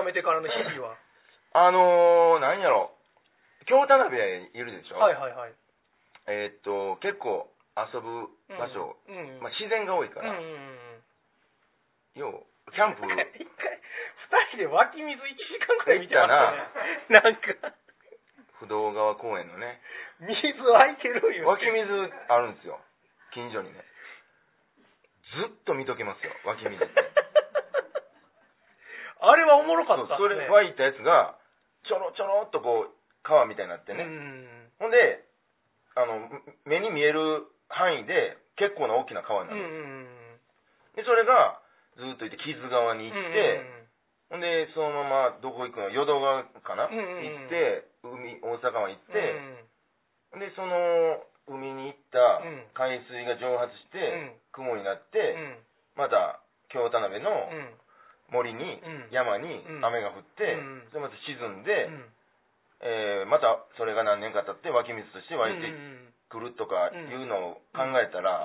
定めてからの日々は。 何やろ、京田辺いるでしょ。 はいはいはい。 結構遊ぶ場所、まあ、自然が多いから、ようキャンプ一回2人で湧き水1時間くらい見てましたね。なんか不動川公園のね、 水湧いてるよ。 湧き水あるんですよ、近所にね。ずっと見とけますよ、湧き水って。 あれはおもろかったっすね。 それ湧いたやつがちょろちょろっとこう川みたいになってね、ほんで目に見える範囲で結構な大きな川になる、でそれがずっといて木津川に行って、ほんでそのままどこ行くの、淀川かな、行って大阪湾行って、でその海に行った海水が蒸発して、雲になって、また京田辺の森に、山に雨が降って、それまた沈んで、またそれが何年か経って湧き水として湧いてくるとかいうのを考えたら、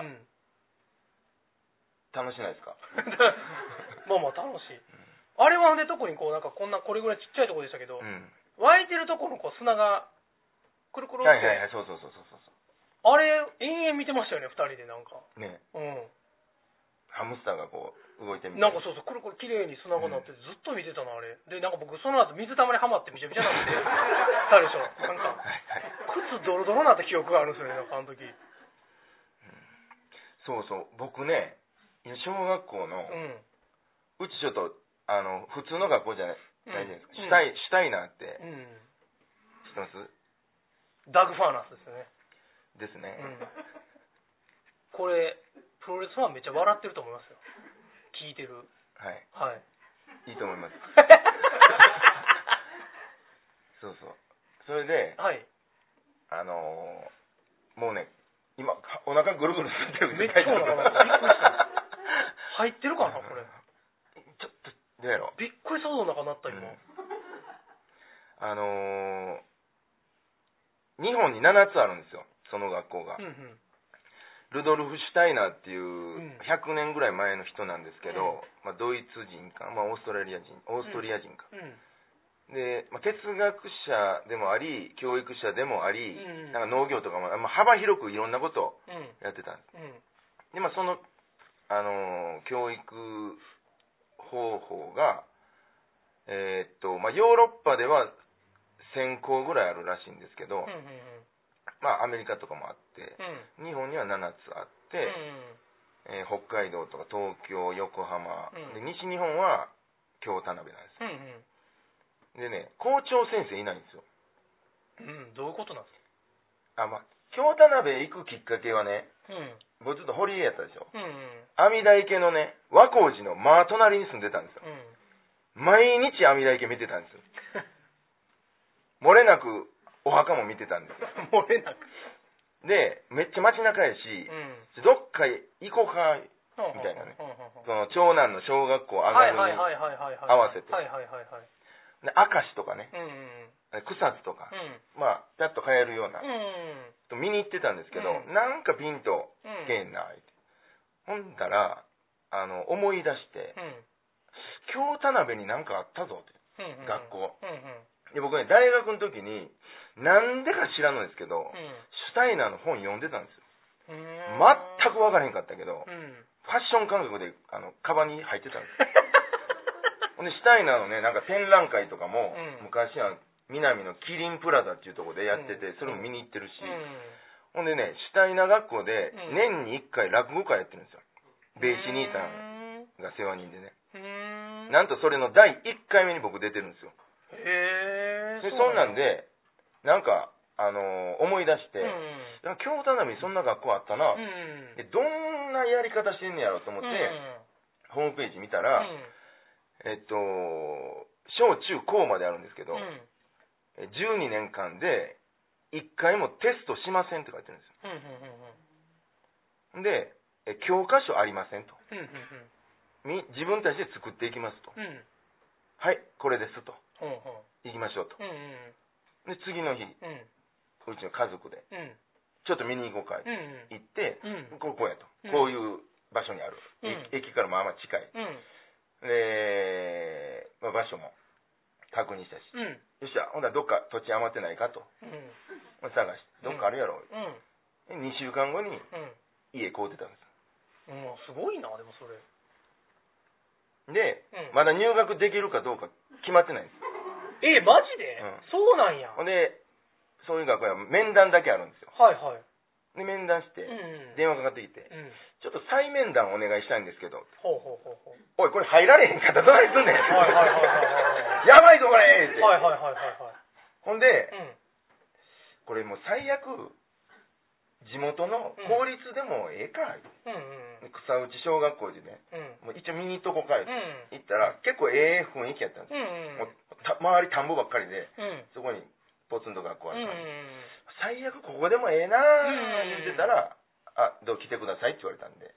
楽しないですか？ まあまあ楽しい。あれはね、特にこうなんかこれぐらいちっちゃいところでしたけど、湧いてるところのこう砂がくるくるって、 はいはいはい、そうあれ延々見てましたよね、2人でなんかね、ハムスターがこう動いてみて、 なんかそうくるくる綺麗に砂がなって、ずっと見てたのあれで、なんか僕その後水たまりハマってびちゃびちゃになってたでしょ。なんか靴ドロドロなった記憶があるんですよね、なんかあの時。 そう僕ね、小学校の、うちちょっと普通の学校じゃないじゃないですか、シュタイナーって知ってます？ ダグ・ファーナスですよね。 ですね、 これプロレスファンめっちゃ笑ってると思いますよ、聞いてる。はい、 いいと思います。それで、もうね、今お腹ぐるぐるすってるめっちゃそうなのかな、びっくりした入ってるかなこれ。 ちょっとどうやろう、 びっくり想像の中になった今。 日本に7つあるんですよ、その学校が。ルドルフ・シュタイナーっていう100年ぐらい前の人なんですけど、ドイツ人か、オーストリア人か、で、哲学者でもあり教育者でもあり、なんか農業とかも、幅広くいろんなことをやってたんです、でその、教育方法がヨーロッパでは1000校ぐらいあるらしいんですけど、アメリカとかもあって、日本には7つあって、北海道とか東京、横浜、で西日本は京田辺なんです、でね、校長先生いないんですよ。 どういうことなんですか？京田辺行くきっかけはね、僕ずっと堀江やったでしょ、阿弥陀池のね、和光寺の真隣に住んでたんですよ、毎日阿弥陀池見てたんですよ。漏れなくお墓も見てたんですよ。 漏れなくで、めっちゃ街中やし、どっか行こうかみたいなね、その長男の小学校上がるに合わせて、明石とかね、草津とか、ピャッと帰るような、見に行ってたんですけど、なんかピンとけえんな、ほんだら思い出して、京田辺になんかあったぞって、学校で、僕ね、大学の時になんでか知らんのですけど、シュタイナーの本読んでたんですよ。全く分からへんかったけど、ファッション感覚でカバンに入ってたんですよ。ほんでシュタイナーのね、なんか展覧会とかも、昔は南のキリンプラザっていうところでやってて、それも見に行ってるし、ほんでね、シュタイナー学校で年に1回落語会やってるんですよ。ベイシ兄さんが世話人でね。なんとそれの第1回目に僕出てるんですよ。でそんなんでなんか思い出して、京田辺にそんな学校あったな、どんなやり方してんねやろと思って、ホームページ見たら、小中高まであるんですけど、12年間で1回もテストしませんって書いてるんですよ。で教科書ありませんと、自分たちで作っていきますと、はいこれですと、行きましょうと、で次の日、うちの家族で、ちょっと見に行こうか、行って、こうやと、こういう場所にある、駅からまあまあ近い、で、場所も確認したし、 うん、 よっしゃ、ほんならどっか土地余ってないかと、探してどっかあるやろ、2週間後に家買うてたんです。 すごいな。でもそれで、まだ入学できるかどうか決まってないんです。 マジで、そうなんや。 ほんでそういう学校は面談だけあるんですよ。 はいはい。 で面談して、電話かかってきて、ちょっと再面談お願いしたいんですけど、おいこれ入られへんかったらどないすんねん、やばいぞこれって、ほんで、これもう最悪地元の公立でもええか、草内小学校でね、もう一応見に行っとこうかい、行ったら結構ええ雰囲気やったんですよ。もう周り田んぼばっかりで、そこにポツンと学校あったんで、最悪ここでもええな言ってたら、どう来てくださいって言われたんで、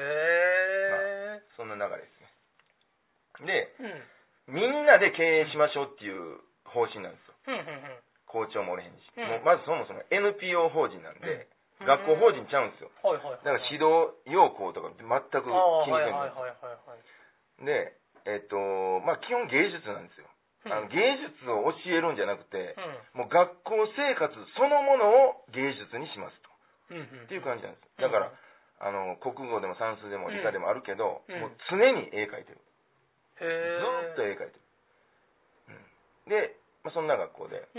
そんな流れですね。で、みんなで経営しましょうっていう方針なんですよ。校長もおれへんし、もうまずそもそも NPO 法人なんで、学校法人ちゃうんですよ。だから指導要項とか全く気にせんので、基本芸術なんですよ。芸術を教えるんじゃなくて、もう学校生活そのものを芸術にしますと、っていう感じなんです。だから国語でも算数でも理科でもあるけど、もう常に絵描いてる。ずっと絵描いてる。で、そんな学校で、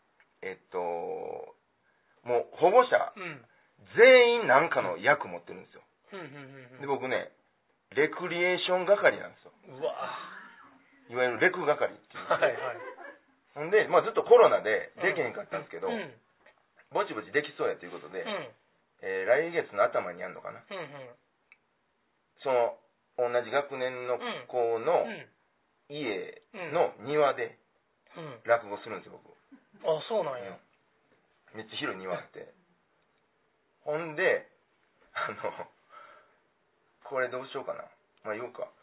もう保護者、全員何かの役持ってるんですよ。で僕ね、レクリエーション係なんですよ。いわゆるレク係っていう。ほんで、ずっとコロナでできへんかったんですけど、ぼちぼちできそうやということで、来月の頭にやるのかな、その同じ学年の子の家の庭で落語するんですよ、僕。 そうなんや。 めっちゃ広い庭あって、ほんでこれどうしようかな、言おうか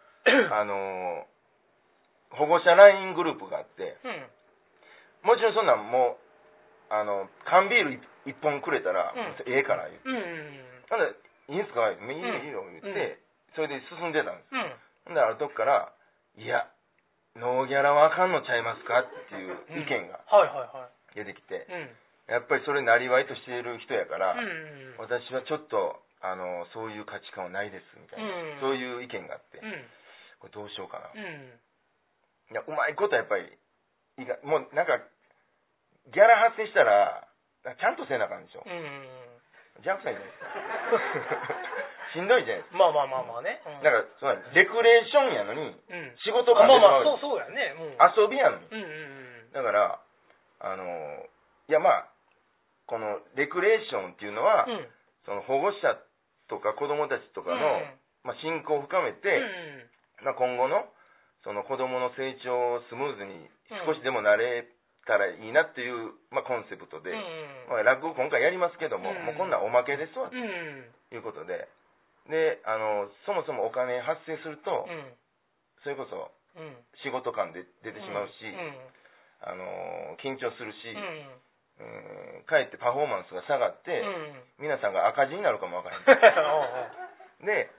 保護者 LINE グループがあって、もちろんそんなんもう缶ビール1本くれたらええから言って、ほんでいいんすか、いいよ言って、それで進んでたんです。ほんである時から、いやノーギャラはあかんのちゃいますかっていう意見が出てきて、やっぱりそれなりわいとしている人やから、私はちょっとそういう価値観はないですみたいな、そういう意見があって、これどうしようかな、いやうまいことやっぱりもうなんかギャラ発生したらちゃんとせなあかんでしょ。邪悪さいじゃないですかしんどいじゃないですか。 ね。 だからそのレクレーションやのに仕事感出てまう。 そうやね。 遊びやのに。だからいやこのレクレーションっていうのは、その保護者とか子供たちとかの、信仰を深めて、今後のその子供の成長をスムーズに少しでもなれたらいいなっていう、コンセプトで、落語今回やりますけども、もうこんなんおまけですわということで、そもそもお金発生すると、それこそ仕事感で出てしまうし、緊張するし、かえってパフォーマンスが下がって、皆さんが赤字になるかもわからないで、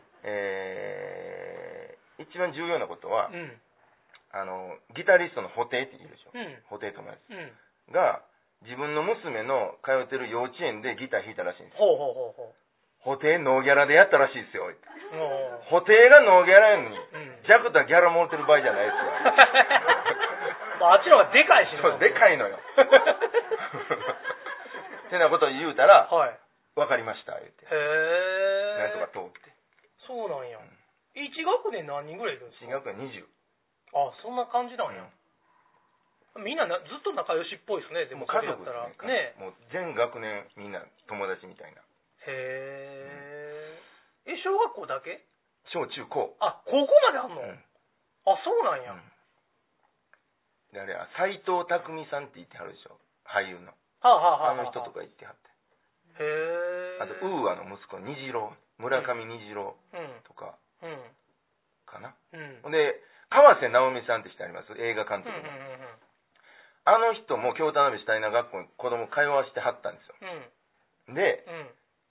一番重要なことは、ギタリストの布袋って言うでしょ、布袋友達が自分の娘の通ってる幼稚園でギター弾いたらしいんですよ。布袋ノーギャラでやったらしいですよ。布袋がノーギャラやのに、ジャクタギャラ持ってる場合じゃないですよあっちの方がでかいしね。 そう、でかいのよってなことを言うたら、分かりました言って、なんとか通って。 そうなんや。1学年何人ぐらいいるんですか？ 1学年20。 そんな感じなんや。みんなずっと仲良しっぽいですね。でも家族ですね。もう全学年みんな友達みたいな。 小学校だけ？ 小中高。 高校まであんの？そうなんや。 であれ斎藤工さんって言ってはるでしょ、俳優の。あの人とか言ってはって。あとウーアの息子虹郎、村上虹郎とかかな。ほんで川瀬直美さんって人あります、映画監督の。あの人も京田辺シュタイナー学校に子供通わしてはったんですよ。で、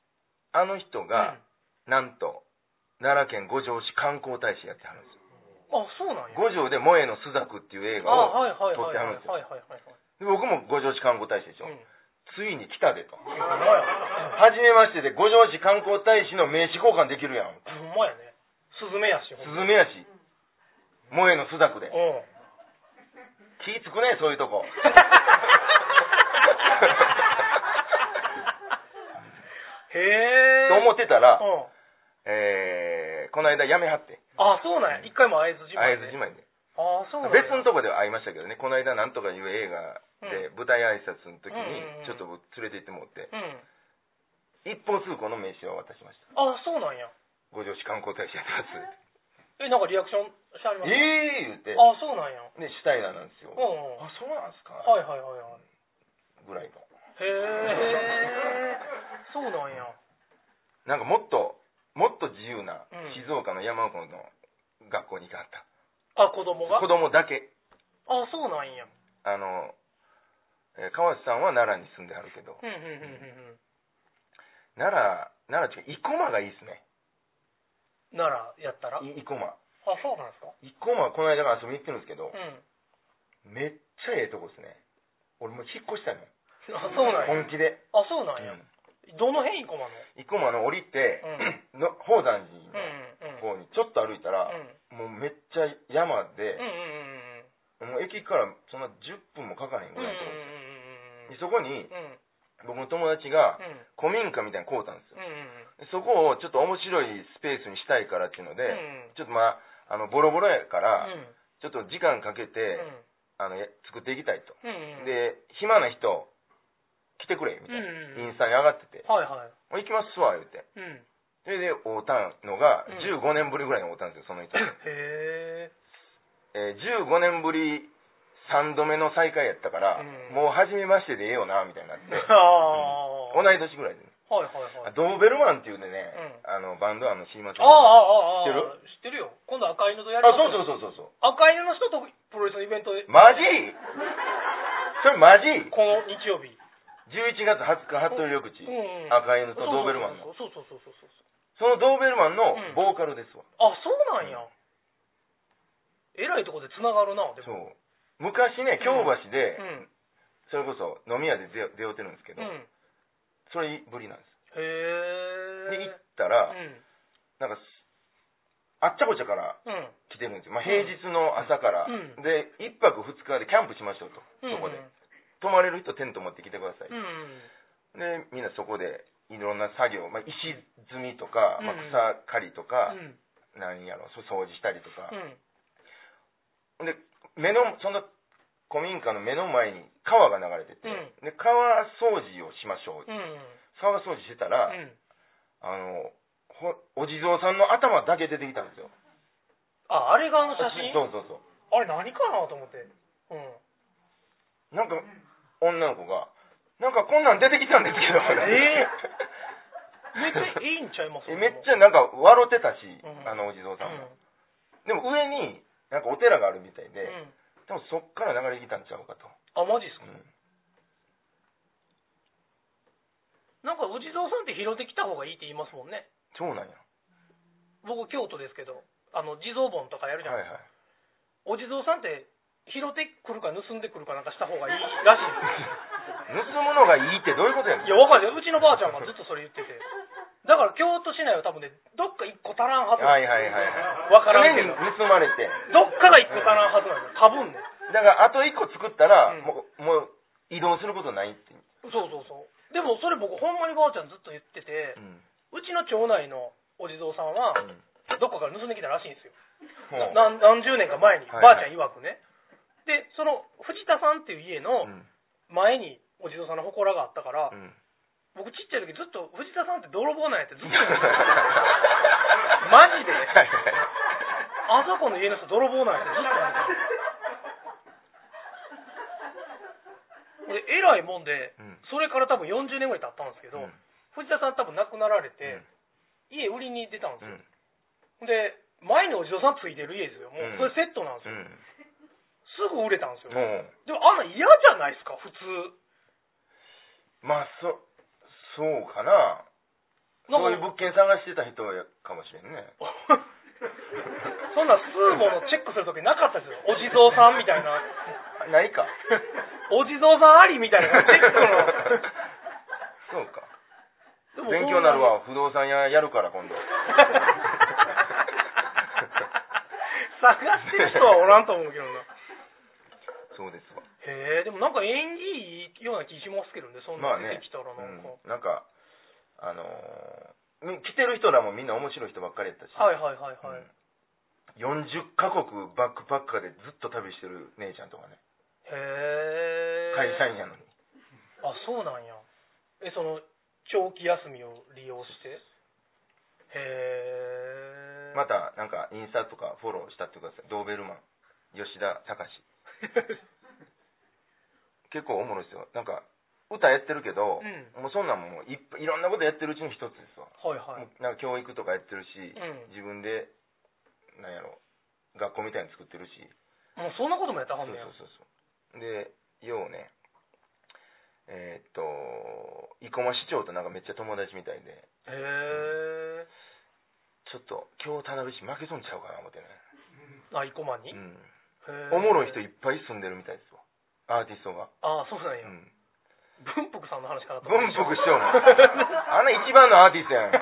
あの人がなんと奈良県五条市観光大使やってはるんですよ。 あ、そうなんや。 五条で萌えの朱雀っていう映画を撮ってはるんですよ。で僕も五条市観光大使でしょ。ついに来たでと。はじめましてで五条市観光大使の名刺交換できるやん。 ほんまやね。スズメやし。 スズメやし。萌えの朱雀で。気つくね、そういうとこ。 へえ。 と思ってたら、この間辞めはって。 あ、そうなんや。一回も会えずじまいで。 会えずじまいで。 あ、そうなんや。 別のとこでは会いましたけどね、この間なんとかいう映画で舞台挨拶の時にちょっと連れて行ってもらって、一方通行の名刺を渡しました。 あ、そうなんや。 五条市観光大使やってます。 なんかリアクションしてありますか？ 言って。 あ、そうなんや。 ね、シュタイナーなんですよ。あ、そうなんですか。 はいはいはいはい。 ぐらいの。 へえ。そうなんや。 なんかもっと自由な静岡の山奥の学校に行かはった。 あ、子供が？ 子供だけ。 あ、そうなんや。 川内さんは奈良に住んではるけど。奈良っていうか、生駒がいいですね。 奈良やったら？ 生駒。あ、 そうなんですか？ 生駒、この間から遊びに行ってるんですけど、めっちゃええとこですね。俺もう引っ越したの。 あ、そうなんや。 本気で。 あ、そうなんや。どの辺生駒の？ 生駒の降りて、宝山寺の方にちょっと歩いたら、もうめっちゃ山で、もう駅からそんな10分もかかへんぐらいのとこです。そこに、僕の友達が古民家みたいに買うたんですよ。そこをちょっと面白いスペースにしたいからっていうので、ちょっとボロボロやから、ちょっと時間かけて、作っていきたいと。で、暇な人、来てくれみたいな、インスタに上がってて、行きますわ言うて、それで会うたのが15年ぶりぐらいに会うたんですよ、その人。 へえ。15年ぶり3度目の再会やったから、もう初めましてでええよなみたいになって、同い年ぐらいでね。ドーベルマンっていうね、バンド知りませんか？ 知ってるよ。今度赤犬とやります。 そう。 赤犬の人とプロレスのイベントで。 マジ？それマジ？ この日曜日。 11月20日、服部緑地、赤犬とドーベルマンの。 そう。 そのドーベルマンのボーカルですわ。 あ、そうなんや。えらいとこで繋がるな、でも。 そう。昔ね、京橋で、それこそ飲み屋で出会ってるんですけど、それぶりなんです。で、行ったら、なんか、あっちゃこちゃから来てるんですよ。平日の朝から。で、1泊2日でキャンプしましょうと、そこで。泊まれる人テント持ってきてください。で、みんなそこでいろんな作業、石積みとか、草刈りとか、何やろ、掃除したりとか。で、その古民家の目の前に川が流れてて、で、川掃除をしましょう。川掃除してたら、お地蔵さんの頭だけ出てきたんですよ。 あ、あれが写真？ そう。 あれ何かなと思って。 なんか、女の子が、なんかこんなん出てきたんですけど、 めっちゃいいんちゃいます？ めっちゃなんか笑ってたし、お地蔵さんが。でも上に、なんかお寺があるみたいで、多分そっから流れてきたんちゃうかと。 あ、マジっすか？なんかお地蔵さんって拾ってきた方がいいって言いますもんね。 そうなんや。 僕京都ですけど、地蔵盆とかやるじゃないですか。お地蔵さんって拾ってくるか盗んでくるかなんかした方がいいらしいです。 盗むのがいいってどういうことやねん。 いや、わかるよ。うちのばあちゃんがずっとそれ言ってて。だから京都市内は多分ね、どっか一個足らんはずなんですよ。わからんけど。 盗まれて。 どっかが一個足らんはずなんですよ。多分ね。 だからあと一個作ったら、もう移動することないって。 そう。でもそれ僕ほんまにばあちゃんずっと言ってて、うちの町内のお地蔵さんは、どっかから盗んできたらしいんですよ。何十年か前に、ばあちゃん曰くね。で、その藤田さんっていう家の前にお地蔵さんの祠があったから、僕ちっちゃい時ずっと藤田さんって泥棒なんやってずっと言ってた。マジであそこの家の人泥棒なんやってずっと言ってた。えらいもんで、それから多分40年ぐらい経ったんですけど、藤田さん多分亡くなられて、家売りに出たんですよ。で、前にお地蔵さんついてる家ですよ。もうそれセットなんですよ。すぐ売れたんですよ。でもあんな嫌じゃないですか、普通。 そうかな。そういう物件探してた人かもしれんね。 そんなスーモのチェックするときなかったですよ。お地蔵さんみたいな。 ないか。 お地蔵さんありみたいなチェックの。 そうか。勉強になるわ。不動産屋やるから今度。 探してる人はおらんと思うけどな。 そうですわ。 へえ、でもなんか縁起いいような気しますけどね、そんな出てきたらなんか。 なんか来てる人らもみんな面白い人ばっかりやったし。 はいはいはいはい。 40カ国バックパッカーでずっと旅してる姉ちゃんとかね。 へえ。 会社員やのに。 あ、そうなんや。その長期休みを利用して。へえ。 またなんかインスタとかフォローしたってください。ドーベルマン吉田隆。結構おもろいですよ。なんか歌やってるけど、もうそんなんもいろんなことやってるうちの一つですわ。 はいはい。 なんか教育とかやってるし、自分でなんやろ学校みたいに作ってるし。 もうそんなこともやったはんねや。 そうで、ようね、生駒市長となんかめっちゃ友達みたいで。へえ。 ちょっと今日田辺市負けそうにちゃうかな思ってね。 あ、生駒に？ おもろい人いっぱい住んでるみたいですわ。アーティストが。 あ、そうなんや。文福さんの話かなと思って。文福師匠も。あんな一番のアーティストやん。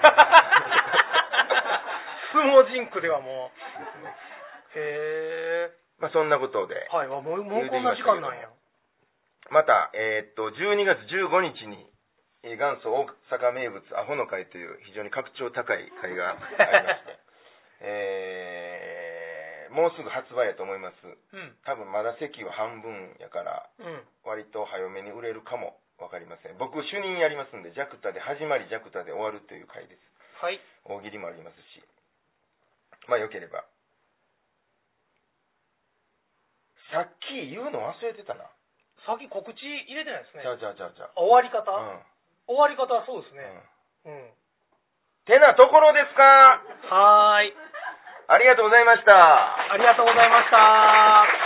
相撲ジンクではもう。へえ。 まあそんなことで。 はい、もうこんな時間なんや。 また、12月15日に、元祖大阪名物アホの会という非常に格調高い会がありまして、もうすぐ発売やと思います。多分まだ席は半分やから、割と早めに売れるかもわかりません。僕主任やりますんで、ジャクタで始まりジャクタで終わるという会です。 はい。 大喜利もありますし、まあよければ。さっき言うの忘れてたな。 さっき告知入れてないですね。 じゃあ。 終わり方？終わり方はそうですね。 てなところですか？ はーい。 ありがとうございました。 ありがとうございました。